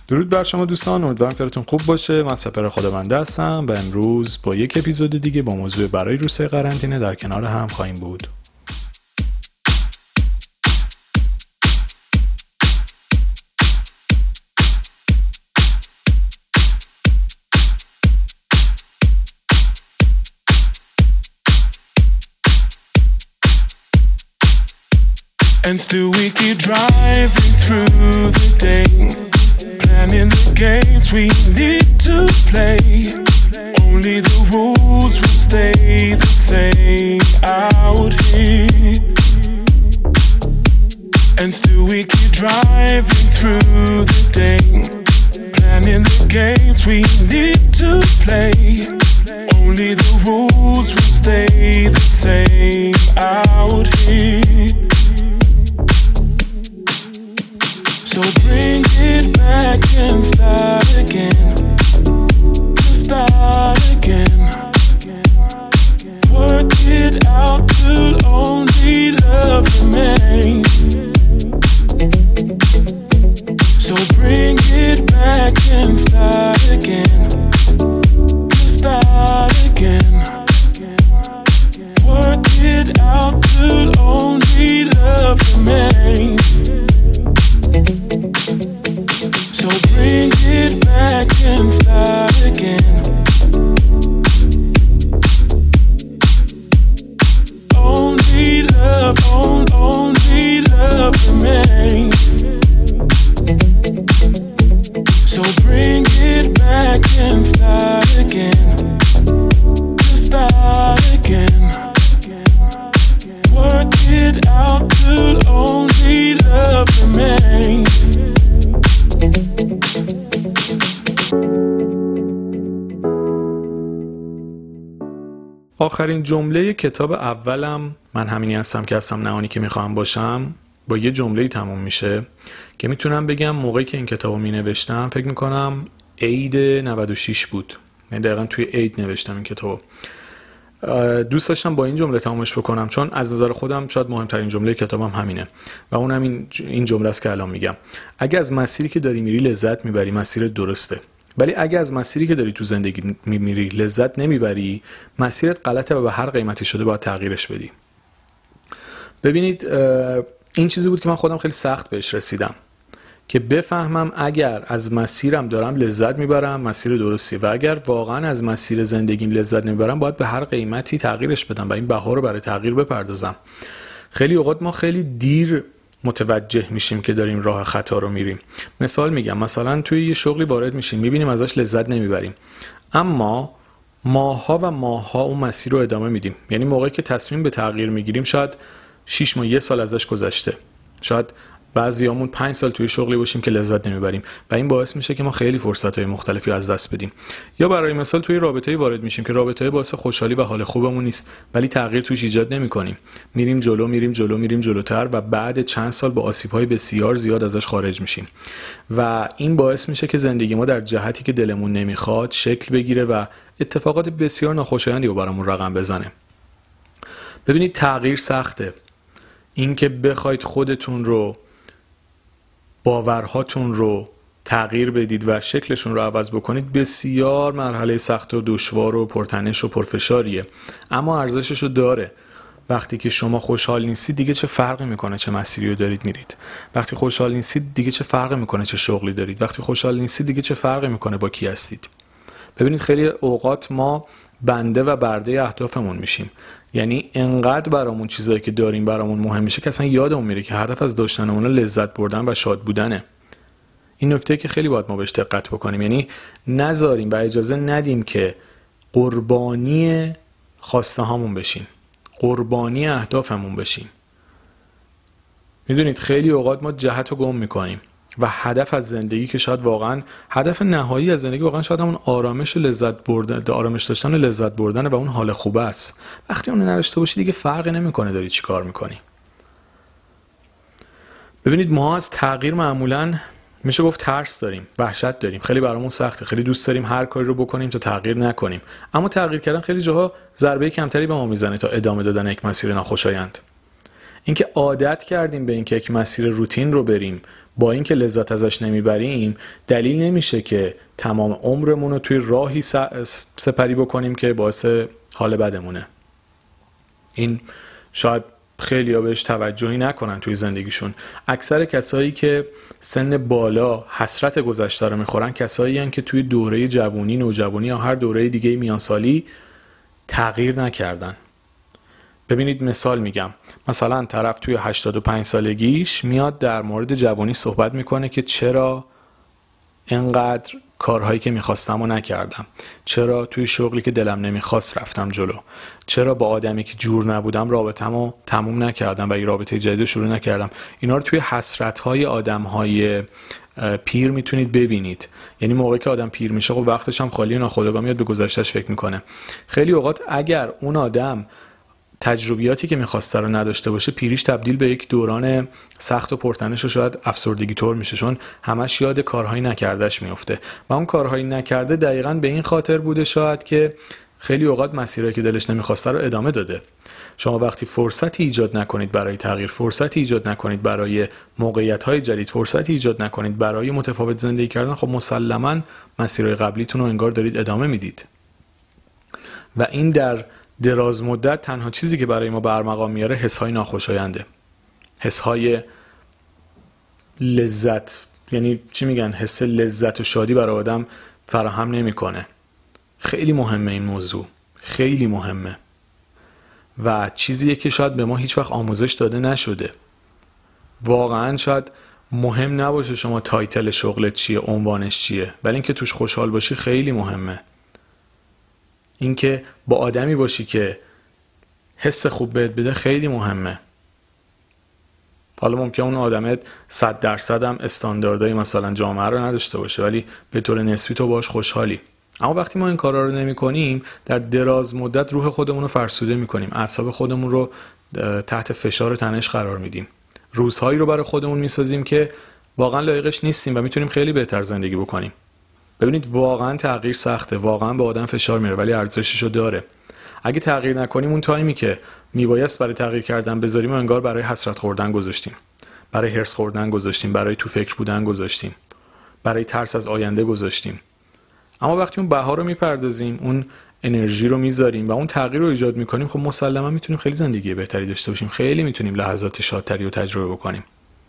درود بر شما دوستان، امیدوارم کارتون خوب باشه. من سپر خدابنده هستم و امروز با یک اپیزود دیگه با موضوع برای روزهای قرنطینه در کنار هم خواهیم بود. And still we keep driving through the day, planning the games we need to play. Only the rules will stay the same out here. And still we keep driving through the day, planning the games we need to play. Only the rules will stay the same out here. So bring it back and start again. Just start again. Work it out till only love remains. So bring it back and start again. Just start again. Work it out till only love remains. So bring it back and start again. Only love remains. So bring it back and start again. Just start again. Work it out till only love remains. آخرین جمله کتاب اولم من همینی هستم که هستم، نهانی که میخوام باشم با یه جمله‌ای تموم میشه که میتونم بگم موقعی که این کتابو مینوشتم فکر میکنم عید 96 بود. من دقیقاً توی عید نوشتم این کتابو. دوست داشتم با این جمله تمومش بکنم چون از نظر خودم شاید مهمترین جمله کتابم همینه و اونم این جمله است که الان میگم. اگه از مسیری که داری میری لذت میبری مسیر درسته، ولی اگه از مسیری که داری تو زندگی میری لذت نمیبری مسیرت غلطه و به هر قیمتی شده باید تغییرش بدی. ببینید این چیزی بود که من خودم خیلی سخت بهش رسیدم که بفهمم اگر از مسیرم دارم لذت میبرم مسیر درستی و اگر واقعا از مسیر زندگیم لذت نمیبرم باید به هر قیمتی تغییرش بدم و این بها رو برای تغییر بپردازم. خیلی اوقات ما خیلی دیر متوجه میشیم که داریم راه خطا رو میریم. مثال میگم، مثلا توی یه شغلی وارد میشیم میبینیم ازش لذت نمیبریم اما ماها و ماها اون مسیر رو ادامه میدیم. یعنی موقعی که تصمیم به تغییر میگیریم شاید 6 ماه 1 سال ازش گذشته، شاید بعضیامون 5 سال توی شغلی باشیم که لذت نمیبریم و این باعث میشه که ما خیلی فرصت‌های مختلفی از دست بدیم. یا برای مثال توی رابطه‌ای وارد میشیم که رابطه باعث خوشحالی و حال خوبمون نیست ولی تغییر توش ایجاد نمی‌کنیم. میریم جلوتر و بعد چند سال با آسیب‌های بسیار زیاد ازش خارج میشیم و این باعث میشه که زندگی ما در جهتی که دلمون نمیخواد شکل بگیره و اتفاقات بسیار ناخوشایندی رو برامون رقم بزنه. ببینید تغییر سخته. این که بخواید خودتون رو، باورهاتون رو تغییر بدید و شکلشون رو عوض بکنید بسیار مرحله سخت و دشوار و پرتنش و پرفشاریه، اما ارزشش رو داره. وقتی که شما خوشحال نیستید دیگه چه فرقی میکنه چه مسیری رو دارید میرید. وقتی خوشحال نیستید دیگه چه فرقی میکنه چه شغلی دارید. وقتی خوشحال نیستید دیگه چه فرقی میکنه با کی هستید. ببینید خیلی اوقات ما بنده و برده اهدافمون میشیم. یعنی انقدر برامون چیزایی که داریم برامون مهم میشه که اصلا یادمون میره که هدف از داشتن اونها لذت بردن و شاد بودنه. این نکته که خیلی باید ما بهش دقت بکنیم. یعنی نذاریم و اجازه ندیم که قربانی خواسته هامون بشیم، قربانی اهدافمون بشیم. میدونید خیلی اوقات ما جهت رو گم میکنیم و هدف از زندگی که شاید واقعا هدف نهایی از زندگی واقعا شاید همون آرامش و لذت بردن، آرامش داشتن و لذت بردن و اون حال خوبه است. وقتی اون نداشته باشی دیگه فرقی نمیکنه داری چی کار میکنی. ببینید ما از تغییر معمولاً میشه گفت ترس داریم، وحشت داریم، خیلی برامون سخته، خیلی دوست داریم هر کاری رو بکنیم تا تغییر نکنیم، اما تغییر کردن خیلی جاها ضربه کمتری به ما میزنه تا ادامه دادن یک مسیر ناخوشایند. اینکه عادت کردیم به اینکه یک مسیر روتین رو بریم با اینکه لذت ازش نمیبریم دلیل نمیشه که تمام عمرمون رو توی راهی سپری بکنیم که باعث حال بدمونه. این شاید خیلی ها بهش توجهی نکنن توی زندگیشون. اکثر کسایی که سن بالا حسرت گذشته رو میخورن کسایی هستن که توی دوره جوونی، نوجوانی یا هر دوره دیگه میانسالی تغییر نکردن. ببینید مثال میگم، مثلا طرف توی 85 سالگیش میاد در مورد جوانی صحبت میکنه که چرا اینقدر کارهایی که میخواستم و نکردم، چرا توی شغلی که دلم نمیخواست رفتم جلو، چرا با آدمی که جور نبودم رابطه‌مو تموم نکردم و این رابطه جدید شروع نکردم. اینا رو توی حسرت‌های آدم‌های پیر میتونید ببینید. یعنی موقعی که آدم پیر میشه خب وقتش هم خالی، ناخودآگاه میاد به گذشتهش فکر میکنه. خیلی اوقات اگر اون آدم تجربیاتی که میخواسته رو نداشته باشه پیریش تبدیل به یک دوران سخت و پرتنش و شاید افسردگی طور میشه، چون همش یاد کارهایی نکردهش میفته و اون کارهایی نکرده دقیقاً به این خاطر بوده شاید که خیلی اوقات مسیرهایی که دلش نمیخواسته رو ادامه داده. شما وقتی فرصتی ایجاد نکنید برای تغییر، فرصتی ایجاد نکنید برای موقعیت‌های جدید، فرصتی ایجاد نکنید برای متفاوت زندگی کردن، خب مسلماً مسیرهای قبلیتون رو انگار دارید ادامه میدید و این در دراز مدت تنها چیزی که برای ما برمقام میاره حس‌های ناخوشاینده، حس‌های لذت، یعنی چی میگن، حس لذت و شادی برای آدم فراهم نمیکنه. خیلی مهمه این موضوع، خیلی مهمه و چیزیه که شاید به ما هیچ وقت آموزش داده نشده. واقعا شاید مهم نباشه شما تایتل شغلت چیه، عنوانش چیه، ولی اینکه توش خوشحال باشی خیلی مهمه. اینکه با آدمی باشی که حس خوب بهت بده خیلی مهمه. حالا ممکنه اون آدمت 100% هم استانداردهای مثلا جامعه رو نداشته باشه ولی به طور نسبی تو باش خوشحالی. اما وقتی ما این کارا رو نمی کنیم در دراز مدت روح خودمون رو فرسوده می کنیم، اعصاب خودمون رو تحت فشار تنش قرار میدیم، روزهایی رو برای خودمون می سازیم که واقعا لایقش نیستیم و میتونیم خیلی بهتر زندگی بکنیم. ببینید واقعا تغییر سخته، واقعا به آدم فشار میاره ولی ارزششو داره. اگه تغییر نکنیم اون تایمی که میبایست برای تغییر کردن بذاریم و انگار برای حسرت خوردن گذاشتیم، برای هرس خوردن گذاشتیم، برای تو فکر بودن گذاشتیم، برای ترس از آینده گذاشتیم. اما وقتی اون بها رو میپردازیم، اون انرژی رو میذاریم و اون تغییر رو ایجاد میکنیم، خب مسلما میتونیم خیلی زندگی بهتری داشته باشیم، خیلی میتونیم لحظات شادتری رو تجربه بکنیم.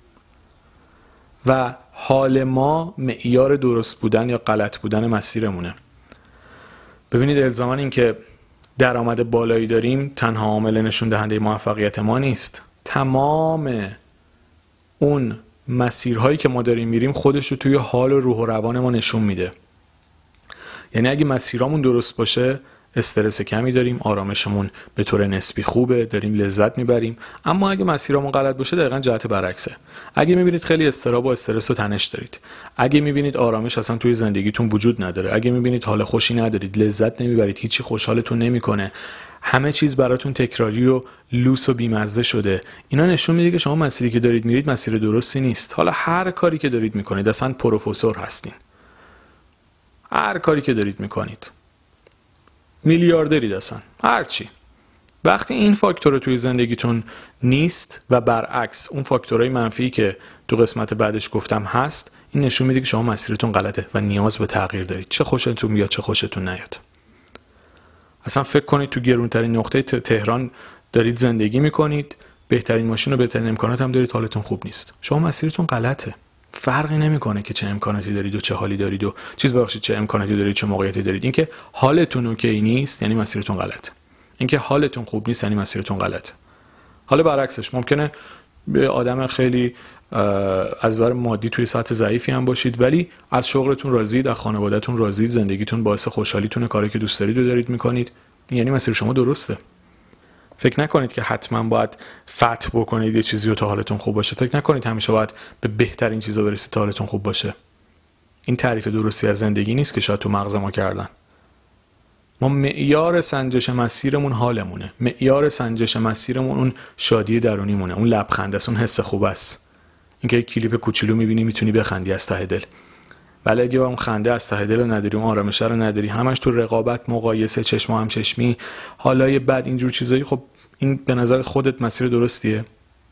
و حال ما معیار درست بودن یا غلط بودن مسیرمونه. ببینید الزاما این که درآمد بالایی داریم تنها عامل نشون دهنده موفقیت ما نیست. تمام اون مسیرهایی که ما داریم میریم خودش رو توی حال و روح و روان ما نشون میده. یعنی اگه مسیرامون درست باشه استرس کمی داریم، آرامشمون به طور نسبی خوبه، داریم لذت میبریم. اما اگه مسیرامون غلط باشه دقیقاً جهت برعکسه. اگه میبینید خیلی اضطراب و استرس و تنش دارید، اگه میبینید آرامش اصلا توی زندگیتون وجود نداره، اگه میبینید حال خوشی ندارید، لذت نمیبرید، هیچی خوشحالتون نمیکنه، همه چیز براتون تکراری و لوس و بیمزه شده، اینا نشون میده که شما مسیری که دارید میرید مسیر درستی نیست. حالا هر کاری که دارید میکنید، اصلا پروفسور هستین، هر کاری که دارید میکنید، میلیاردرید، اصلا هرچی، وقتی این فاکتور توی زندگیتون نیست و برعکس اون فاکتورهای منفی که تو قسمت بعدش گفتم هست، این نشون میده که شما مسیرتون غلطه و نیاز به تغییر دارید، چه خوشتون بیاد چه خوشتون نیاد. اصلا فکر کنید تو گرونترین نقطه تهران دارید زندگی میکنید، بهترین ماشین و بهترین امکانات هم دارید، حالتون خوب نیست، شما مسیرتون غلطه. فرقی نمیکنه که چه امکاناتی دارید و چه حالی دارید و چه امکاناتی دارید، چه موقعیتی دارید. اینکه حالتون اوکی نیست یعنی مسیرتون غلطه. اینکه حالتون خوب نیست یعنی مسیرتون غلطه. حالا برعکسش ممکنه به آدم خیلی از نظر مادی توی سطح ضعیفی هم باشید ولی از شغلتون راضیید، از خانواده‌تون راضیید، زندگیتون باعث خوشحالیتونه، کاری که دوست دارید رو دارید میکنید، یعنی مسیر شما درسته. فکر نکنید که حتما باید فتح بکنید یه چیزی رو تا حالتون خوب باشه. فکر نکنید همیشه باید به بهترین چیزا برسید تا حالتون خوب باشه. این تعریف درستی از زندگی نیست که شاید تو مغز ما کردن. ما معیار سنجش مسیرمون حالمونه، معیار سنجش مسیرمون اون شادی درونیمونه، اون لبخند است، اون حس خوب است. اینکه یک کلیپ کوچولو می‌بینی میتونی بخندی از ته دل، ولی اگه اون خنده از ته دل رو نداری، اون آرامش رو نداری، همش تو رقابت، مقایسه، چشم هم چشمی، حالای بد، اینجور چیزایی، خب این به نظرت خودت مسیر درستیه؟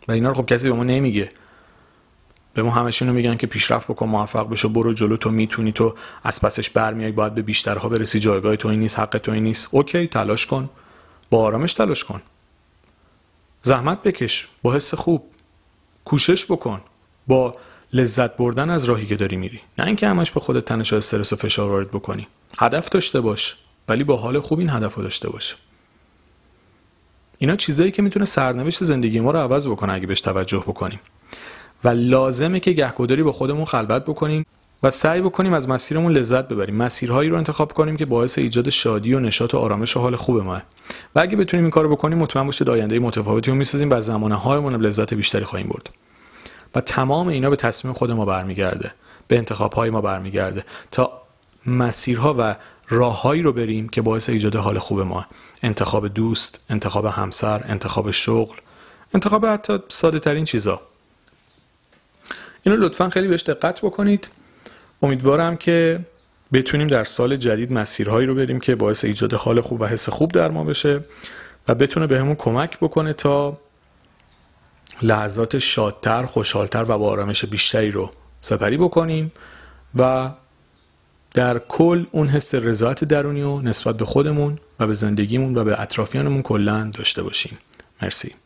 و اینا رو خب کسی به ما نمیگه. به ما همشون رو میگن که پیشرفت بکن، موفق بشو، برو جلو، تو میتونی، تو از پسش برمیای، باید به بیشترها برسی، جایگاه تو این نیست، حق تو این نیست. اوکی، تلاش کن، با آرامش تلاش کن، زحمت بکش، با حس خوب کوشش بکن، با لذت بردن از راهی که داری میری، نه اینکه همش به خودت تنش و استرس و فشار وارد بکنی. هدف داشته باش، ولی با حال خوب این هدف رو داشته باش. اینا چیزایی که میتونه سرنوشت زندگی ما رو عوض بکنه اگه بهش توجه بکنیم. و لازمه که گهگداری با خودمون خلوت بکنیم و سعی بکنیم از مسیرمون لذت ببریم. مسیرهایی رو انتخاب کنیم که باعث ایجاد شادی و نشاط و آرامش و حال خوب ماه. و اگه بتونیم این کارو بکنیم، مطمئن باشید آینده متفاوتی رو می‌سازیم و از زمانه‌هامون لذت بیشتری خواهیم برد. و تمام اینا به تصمیم خود ما برمیگرده، به انتخاب‌های ما برمیگرده تا مسیرها و راههایی رو بریم که باعث ایجاد حال خوب ما. انتخاب دوست، انتخاب همسر، انتخاب شغل، انتخاب حتی ساده‌ترین چیزا. اینو لطفاً خیلی بهش دقت بکنید. امیدوارم که بتونیم در سال جدید مسیرهایی رو بریم که باعث ایجاد حال خوب و حس خوب در ما بشه و بتونه بهمون کمک بکنه تا لحظات شادتر، خوشحالتر و با آرامش بیشتری رو سپری بکنیم و در کل اون حس رضایت درونی رو نسبت به خودمون و به زندگیمون و به اطرافیانمون کلاً داشته باشیم. مرسی.